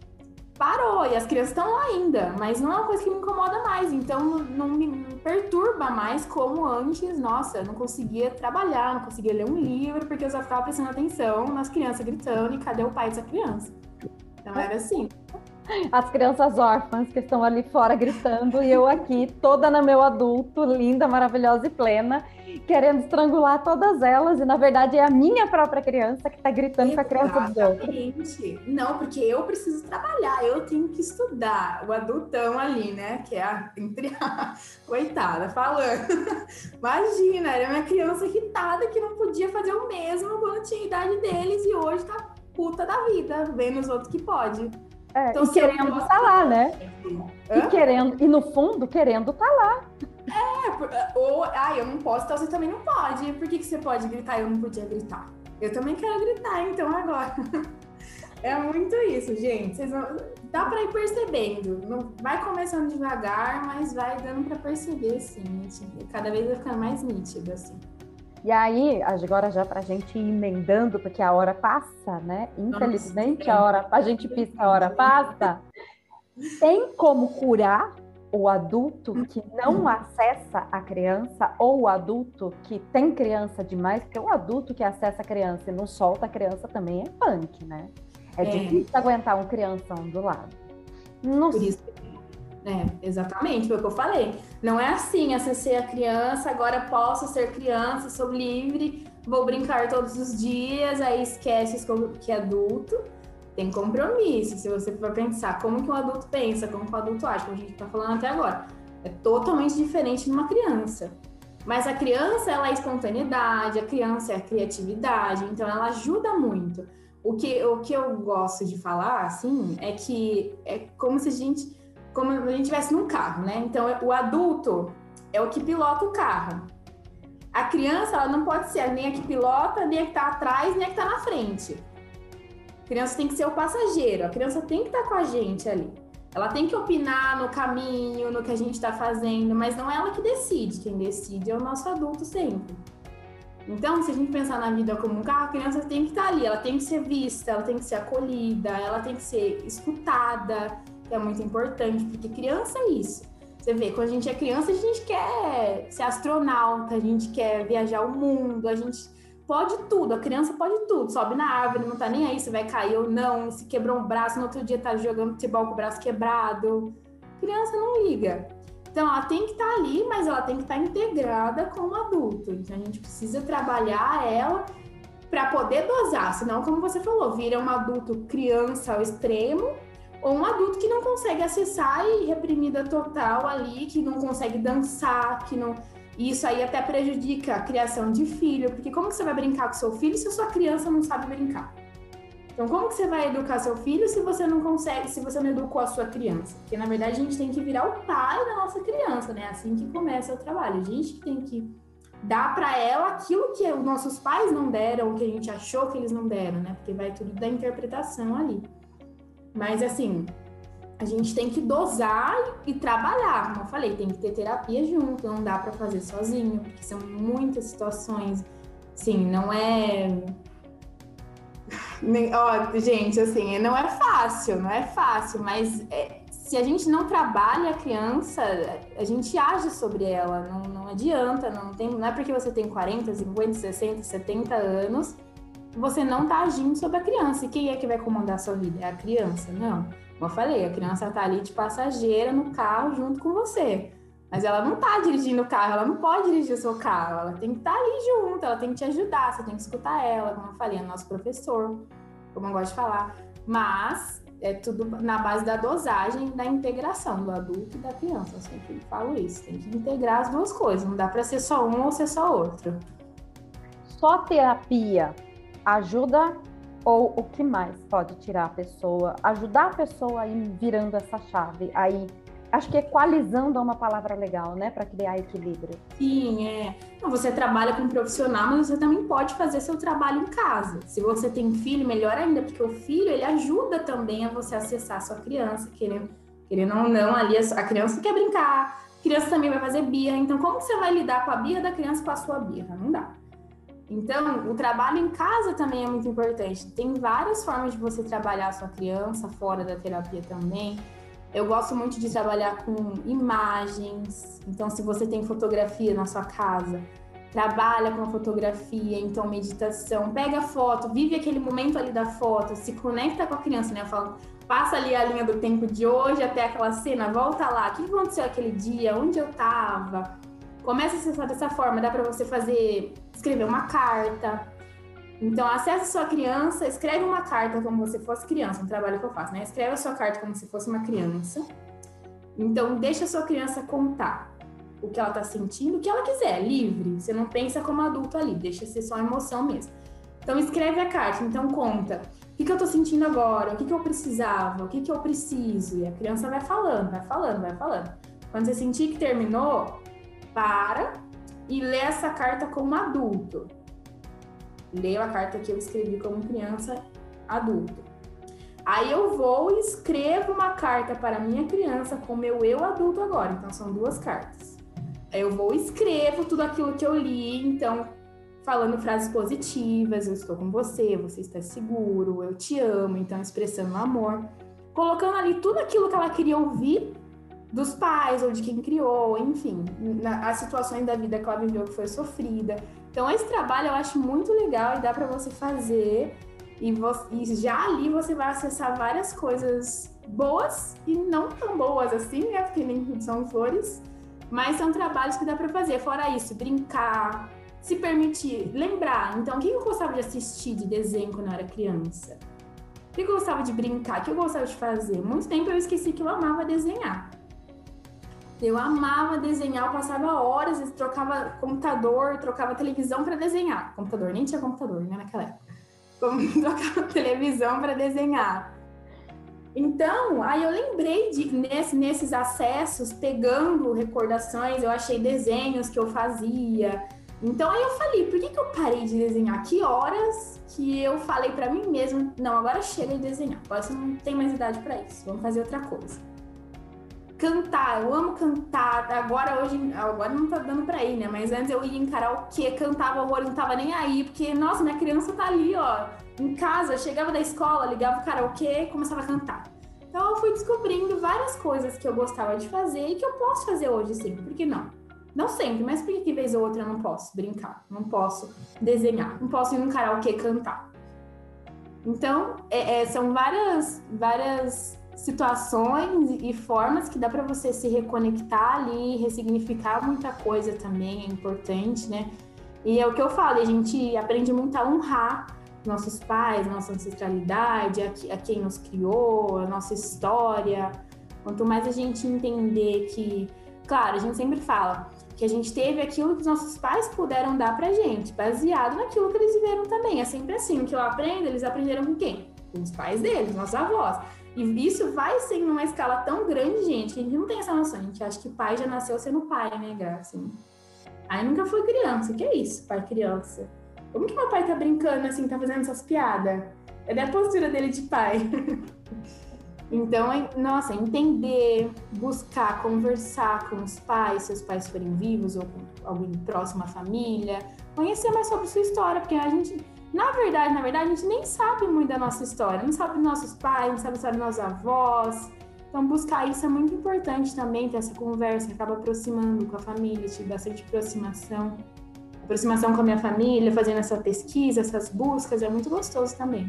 Parou, e as crianças estão lá ainda, mas não é uma coisa que me incomoda mais, então não, não me perturba mais como antes. Nossa, eu não conseguia trabalhar, não conseguia ler um livro, porque eu só ficava prestando atenção nas crianças gritando e cadê o pai dessa criança? Então era assim. As crianças órfãs que estão ali fora gritando e eu aqui, toda na meu adulto, linda, maravilhosa e plena, querendo estrangular todas elas, e na verdade é a minha própria criança que está gritando com a criança dos outros. Não, porque eu preciso trabalhar, eu tenho que estudar. O adultão ali, né, que é a, entre a coitada, falando. Imagina, era uma criança irritada que não podia fazer o mesmo quando tinha a idade deles e hoje tá puta da vida, vendo os outros que pode. É, então, e querendo estar tá lá, né? Hã? E querendo, e no fundo, querendo estar tá lá. É, ou, ah, eu não posso, então você também não pode. Por que, que você pode gritar e eu não podia gritar? Eu também quero gritar, então agora. É muito isso, gente. Vocês vão, dá pra ir percebendo. Não, vai começando devagar, mas vai dando pra perceber, assim. Cada vez vai ficando mais nítido, assim. E aí, agora já pra gente ir emendando, porque a hora passa, né? Infelizmente, Nossa, a hora, a gente pisca, a hora passa. Tem como curar o adulto que não acessa a criança ou o adulto que tem criança demais? Porque o adulto que acessa a criança e não solta a criança também é punk, né? É, é. difícil aguentar um crianção do lado. Não Por isso. É, exatamente, foi o que eu falei. Não é assim, acessei a criança, agora posso ser criança, sou livre, vou brincar todos os dias, aí esquece que é adulto. Tem compromisso, se você for pensar como que um adulto pensa, como que o adulto age, como a gente tá falando até agora. É totalmente diferente de uma criança. Mas a criança, ela é espontaneidade, a criança é a criatividade, então ela ajuda muito. O que, o que eu gosto de falar, assim, é que é como se a gente... como a gente estivesse num carro, né? Então, o adulto é o que pilota o carro. A criança, ela não pode ser nem a que pilota, nem a que tá atrás, nem a que tá na frente. A criança tem que ser o passageiro, a criança tem que estar com a gente ali. Ela tem que opinar no caminho, no que a gente tá fazendo, mas não é ela que decide. Quem decide é o nosso adulto sempre. Então, se a gente pensar na vida como um carro, a criança tem que estar ali, ela tem que ser vista, ela tem que ser acolhida, ela tem que ser escutada, que é muito importante, porque criança é isso. Você vê, quando a gente é criança, a gente quer ser astronauta, a gente quer viajar o mundo, a gente pode tudo, a criança pode tudo, sobe na árvore, não tá nem aí se vai cair ou não, se quebrou um braço, no outro dia tá jogando futebol com o braço quebrado. Criança não liga. Então, ela tem que estar ali, mas ela tem que estar integrada com o adulto. Então, a gente precisa trabalhar ela para poder dosar, senão, como você falou, vira um adulto criança ao extremo, ou um adulto que não consegue acessar e reprimida total ali, que não consegue dançar, que não... E isso aí até prejudica a criação de filho, porque como que você vai brincar com seu filho se a sua criança não sabe brincar? Então, como que você vai educar seu filho se você não consegue, se você não educou a sua criança? Porque, na verdade, a gente tem que virar o pai da nossa criança, né? Assim que começa o trabalho. A gente tem que dar para ela aquilo que os nossos pais não deram, o que a gente achou que eles não deram, né? Porque vai tudo da interpretação ali. Mas, assim, a gente tem que dosar e trabalhar. Como eu falei, tem que ter terapia junto, não dá para fazer sozinho, porque são muitas situações. Sim, não é... Ó, gente, assim, não é fácil, não é fácil, mas é, se a gente não trabalha a criança, a gente age sobre ela, não, não adianta, não, tem, não é porque você tem quarenta, cinquenta, sessenta, setenta anos você não está agindo sobre a criança. E quem é que vai comandar a sua vida? É a criança? Não. Como eu falei, a criança está ali de passageira no carro junto com você. Mas ela não está dirigindo o carro, ela não pode dirigir o seu carro. Ela tem que estar ali junto, ela tem que te ajudar, você tem que escutar ela, como eu falei, é nosso professor, como eu gosto de falar. Mas é tudo na base da dosagem, da integração do adulto e da criança. Eu sempre falo isso, tem que integrar as duas coisas. Não dá para ser só um ou ser só outro. Só terapia ajuda ou o que mais pode tirar a pessoa, ajudar a pessoa a ir virando essa chave? Aí, acho que equalizando é uma palavra legal, né? Para criar equilíbrio. Sim, é. Então, você trabalha com um profissional, mas você também pode fazer seu trabalho em casa. Se você tem filho, melhor ainda, porque o filho, ele ajuda também a você acessar a sua criança, querendo, querendo ou não, ali a criança quer brincar, a criança também vai fazer birra. Então, como você vai lidar com a birra da criança e com a sua birra? Não dá. Então, o trabalho em casa também é muito importante. Tem várias formas de você trabalhar a sua criança, fora da terapia também. Eu gosto muito de trabalhar com imagens. Então, se você tem fotografia na sua casa, trabalha com a fotografia, então meditação. Pega a foto, vive aquele momento ali da foto, se conecta com a criança, né? Eu falo, passa ali a linha do tempo de hoje até aquela cena, volta lá. O que aconteceu aquele dia? Onde eu tava? Começa a acessar dessa forma. Dá para você fazer, escrever uma carta. Então, acessa a sua criança, escreve uma carta como se fosse criança, um trabalho que eu faço, né? Escreve a sua carta como se fosse uma criança. Então, deixa a sua criança contar o que ela tá sentindo, o que ela quiser, livre. Você não pensa como adulto ali, deixa ser só emoção mesmo. Então, escreve a carta, então conta. O que, que eu tô sentindo agora? O que, que eu precisava? O que, que eu preciso? E a criança vai falando, vai falando, vai falando. Quando você sentir que terminou, para e lê essa carta como adulto. Leio a carta que eu escrevi como criança adulto. Aí eu vou e escrevo uma carta para minha criança com meu eu adulto agora. Então, são duas cartas. Aí eu vou e escrevo tudo aquilo que eu li. Então, falando frases positivas, eu estou com você, você está seguro, eu te amo. Então, expressando amor. Colocando ali tudo aquilo que ela queria ouvir dos pais ou de quem criou, enfim, na, as situações da vida que ela viveu que foi sofrida. Então, esse trabalho eu acho muito legal e dá para você fazer e, você, e já ali você vai acessar várias coisas boas e não tão boas assim, né? Porque nem tudo são flores, mas são trabalhos que dá para fazer. Fora isso, brincar, se permitir, lembrar. Então, o que eu gostava de assistir de desenho quando eu era criança? O que eu gostava de brincar? O que eu gostava de fazer? Muito tempo eu esqueci que eu amava desenhar. Eu amava desenhar, eu passava horas, eu trocava computador, trocava televisão para desenhar. Computador, nem tinha computador, né, naquela época. Trocava televisão para desenhar. Então, aí eu lembrei de, nesse, nesses acessos, pegando recordações, eu achei desenhos que eu fazia. Então, aí eu falei, por que, que eu parei de desenhar? Que horas que eu falei para mim mesma, não, agora chega de desenhar, agora você não tem mais idade para isso, vamos fazer outra coisa. Cantar, eu amo cantar, agora hoje, agora não tá dando pra ir, né, mas antes eu ia em karaokê, cantava horror, não tava nem aí, porque, nossa, minha criança tá ali, ó, em casa, chegava da escola, ligava o karaokê e começava a cantar. Então eu fui descobrindo várias coisas que eu gostava de fazer e que eu posso fazer hoje, sim, por que não? Não sempre, mas por que de vez ou outra eu não posso brincar, não posso desenhar, não posso ir num karaokê cantar? Então, é, é, são várias, várias situações e formas que dá para você se reconectar ali, ressignificar muita coisa também, é importante, né? E é o que eu falo, a gente aprende muito a honrar nossos pais, nossa ancestralidade, a, a quem nos criou, a nossa história. Quanto mais a gente entender que, claro, a gente sempre fala que a gente teve aquilo que os nossos pais puderam dar pra gente, baseado naquilo que eles viveram também. É sempre assim, o que eu aprendo, eles aprenderam com quem? Com os pais deles, nossos avós. E isso vai ser numa escala tão grande, gente, que a gente não tem essa noção. A gente acha que pai já nasceu sendo pai, né, Gra? Assim. Aí nunca foi criança. O que é isso, pai criança? Como que meu pai tá brincando assim, tá fazendo essas piadas? É da postura dele de pai. Então, nossa, entender, buscar, conversar com os pais, se os pais forem vivos ou com alguém próximo à família, conhecer mais sobre sua história, porque a gente, na verdade, na verdade, a gente nem sabe muito da nossa história, não sabe dos nossos pais, não sabe a história dos nossos avós. Então, buscar isso é muito importante também, ter essa conversa, acaba aproximando com a família, te bastante aproximação. aproximação com a minha família, fazendo essa pesquisa, essas buscas, é muito gostoso também.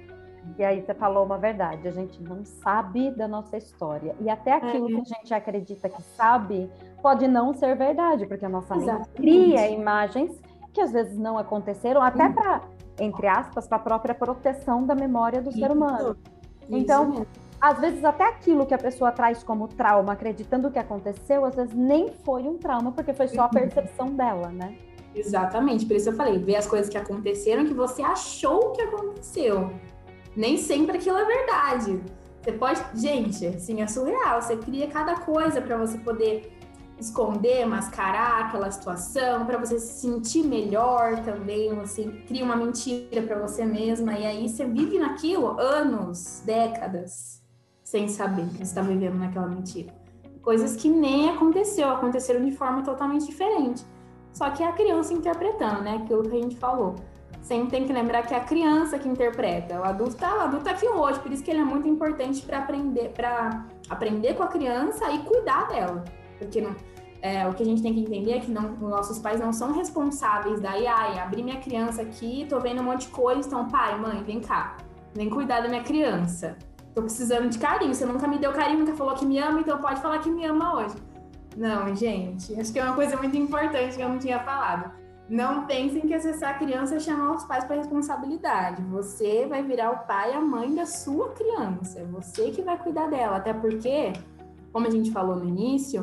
E aí você falou uma verdade, a gente não sabe da nossa história. E até aquilo é. que a gente acredita que sabe, pode não ser verdade, porque a nossa mente cria imagens que às vezes não aconteceram, até uhum. para, entre aspas, para a própria proteção da memória do Isso. ser humano. Isso então, mesmo. Às vezes até aquilo que a pessoa traz como trauma, acreditando que aconteceu, às vezes nem foi um trauma, porque foi só a percepção dela, né? Exatamente, por isso eu falei, ver as coisas que aconteceram que você achou que aconteceu. Nem sempre aquilo é verdade. Você pode... Gente, assim, é surreal. Você cria cada coisa para você poder esconder, mascarar aquela situação, para você se sentir melhor também. Você cria uma mentira para você mesma e aí você vive naquilo anos, décadas, sem saber que você está vivendo naquela mentira. Coisas que nem aconteceu, aconteceram de forma totalmente diferente. Só que é a criança interpretando, né? Aquilo que a gente falou. Sempre tem que lembrar que é a criança que interpreta. O adulto tá, o adulto tá aqui hoje, por isso que ele é muito importante para aprender, para aprender com a criança e cuidar dela. Porque não, é, o que a gente tem que entender é que não, nossos pais não são responsáveis daí, ai, abri minha criança aqui, tô vendo um monte de coisa, então pai, mãe, vem cá, vem cuidar da minha criança. Tô precisando de carinho, você nunca me deu carinho, nunca falou que me ama, então pode falar que me ama hoje. Não, gente, acho que é uma coisa muito importante que eu não tinha falado. Não pensem que acessar a criança é chamar os pais para responsabilidade. Você vai virar o pai e a mãe da sua criança. É você que vai cuidar dela. Até porque, como a gente falou no início,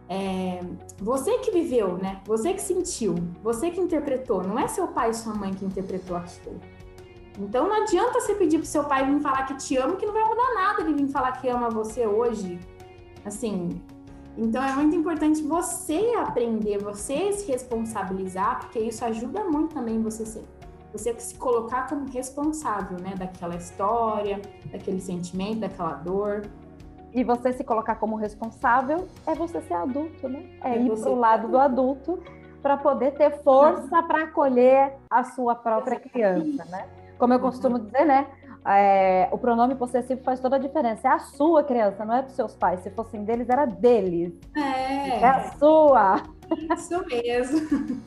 é você que viveu, né? Você que sentiu, você que interpretou. Não é seu pai e sua mãe que interpretou aquilo. Então não adianta você pedir pro seu pai vir falar que te ama, que não vai mudar nada ele vir falar que ama você hoje. Assim... Então, é muito importante você aprender, você se responsabilizar, porque isso ajuda muito também você se, você se colocar como responsável, né? Daquela história, daquele sentimento, daquela dor. E você se colocar como responsável é você ser adulto, né? É, é ir pro lado do adulto para poder ter força para acolher a sua própria Exatamente. criança, né? Como eu costumo dizer, né? É, o pronome possessivo faz toda a diferença. É a sua criança, não é dos seus pais. Se fossem deles, era deles. É, é a sua. Isso mesmo.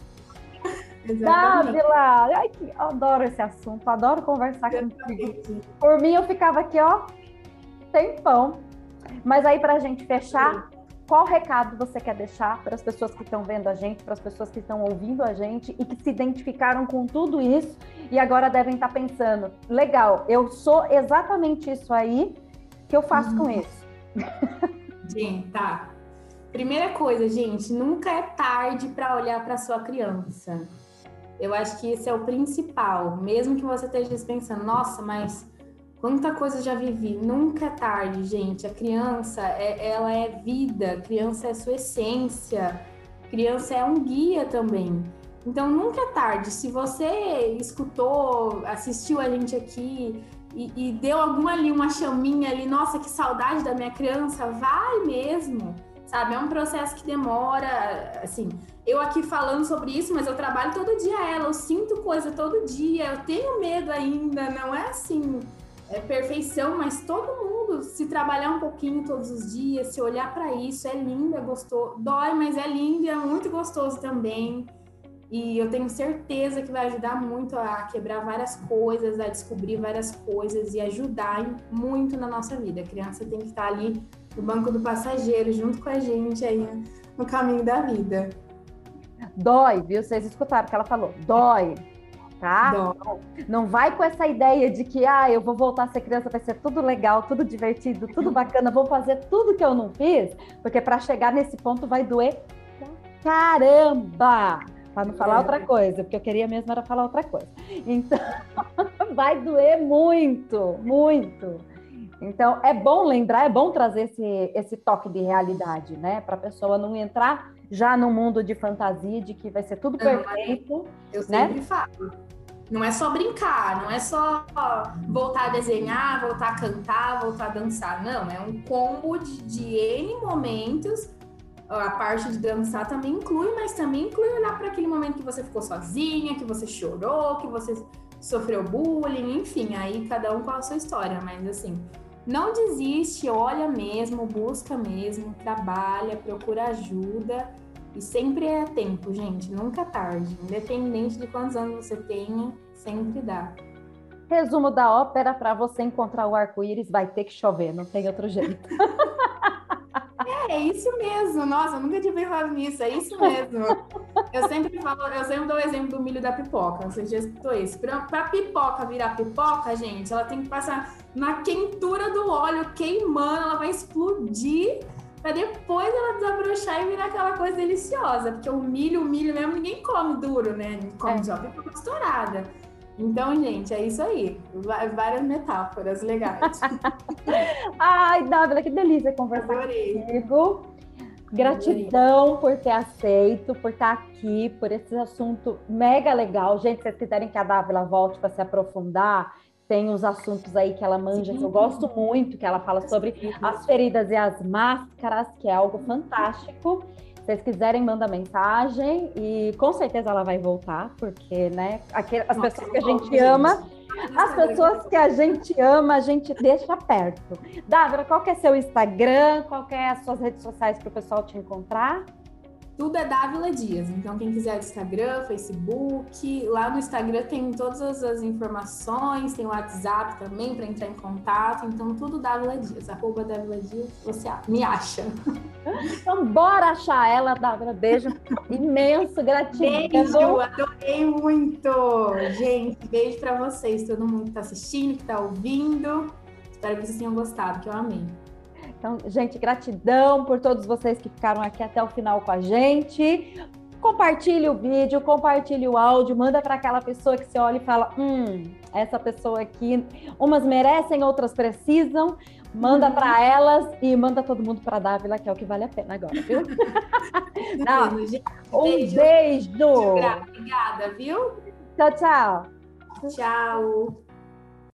Dávila, ai, que, eu adoro esse assunto, adoro conversar contigo. Por mim, eu ficava aqui, ó, tempão. Mas aí, pra gente fechar, qual recado você quer deixar para as pessoas que estão vendo a gente, para as pessoas que estão ouvindo a gente e que se identificaram com tudo isso e agora devem estar pensando, legal, eu sou exatamente isso aí, que eu faço uhum. com isso? Gente, tá. Primeira coisa, gente, nunca é tarde para olhar para sua criança. Eu acho que esse é o principal. Mesmo que você esteja pensando, nossa, mas quanta coisa eu já vivi. Nunca é tarde, gente. A criança, é, ela é vida. A criança é sua essência. A criança é um guia também. Então, nunca é tarde. Se você escutou, assistiu a gente aqui e, e deu alguma ali, uma chaminha ali, nossa, que saudade da minha criança, vai mesmo, sabe? É um processo que demora, assim, eu aqui falando sobre isso, mas eu trabalho todo dia ela, eu sinto coisa todo dia, eu tenho medo ainda, não é assim, é perfeição, mas todo mundo, se trabalhar um pouquinho todos os dias, se olhar para isso, é lindo, é gostoso, dói, mas é lindo e é muito gostoso também. E eu tenho certeza que vai ajudar muito a quebrar várias coisas, a descobrir várias coisas e ajudar muito na nossa vida. A criança tem que estar ali no banco do passageiro, junto com a gente aí no caminho da vida. Dói, viu? Vocês escutaram o que ela falou. Dói, tá? Dói. Não vai com essa ideia de que, ah, eu vou voltar a ser criança, vai ser tudo legal, tudo divertido, tudo bacana, vou fazer tudo que eu não fiz, porque para chegar nesse ponto vai doer caramba! Para não falar é. outra coisa, porque eu queria mesmo era falar outra coisa. Então, vai doer muito, muito. Então, é bom lembrar, é bom trazer esse, esse toque de realidade, né? Para a pessoa não entrar já num mundo de fantasia, de que vai ser tudo perfeito. Eu né? sempre falo. Não é só brincar, não é só voltar a desenhar, voltar a cantar, voltar a dançar. Não, é um combo de, de N momentos. A parte de dançar também inclui, mas também inclui olhar para aquele momento que você ficou sozinha, que você chorou, que você sofreu bullying, enfim, aí cada um com a sua história, mas assim, não desiste, olha mesmo, busca mesmo, trabalha, procura ajuda E sempre é tempo, gente, nunca é tarde. Independente de quantos anos você tenha, sempre dá. Resumo da ópera: para você encontrar o arco-íris, vai ter que chover, não tem outro jeito. É, é isso mesmo. Nossa, eu nunca tinha pensado nisso, é isso mesmo. Eu sempre falo, eu sempre dou o exemplo do milho da pipoca. Você já escutou isso? Pra, pra pipoca virar pipoca, gente, ela tem que passar na quentura do óleo, queimando, ela vai explodir, pra depois ela desabrochar e virar aquela coisa deliciosa. Porque o milho, o milho mesmo, ninguém come duro, né? Come É. só pipoca estourada. Então, gente, é isso aí. Várias metáforas legais. Ai, Dávila, que delícia conversar Adorei. contigo. Gratidão por ter aceito, por estar aqui, por esse assunto mega legal. Gente, se vocês quiserem que a Dávila volte para se aprofundar, tem uns assuntos aí que ela manja, que eu gosto muito, que ela fala sobre as feridas e as máscaras, que é algo fantástico. Se vocês quiserem, manda mensagem e com certeza ela vai voltar, porque, né, aquelas, as pessoas que a gente ama, as pessoas que a gente ama, a gente deixa perto. Dávila, qual que é seu Instagram? Qual que é as suas redes sociais para o pessoal te encontrar? Tudo é Dávila Dias. Então, quem quiser Instagram, Facebook, lá no Instagram tem todas as informações, tem o WhatsApp também para entrar em contato. Então, tudo Dávila Dias, arroba Dávila Dias, você me acha. Então, bora achar ela, Dávila. Beijo imenso, gratidão. Beijo, adorei muito. Gente, beijo para vocês, todo mundo que está assistindo, que está ouvindo. Espero que vocês tenham gostado, que eu amei. Então, gente, gratidão por todos vocês que ficaram aqui até o final com a gente. Compartilhe o vídeo, compartilhe o áudio, manda para aquela pessoa que você olha e fala, hum, essa pessoa aqui, umas merecem, outras precisam. Manda uhum. para elas e manda todo mundo para a Dávila, que é o que vale a pena agora, viu? Não, um beijo. beijo. Obrigada, viu? Tchau, tchau. Tchau.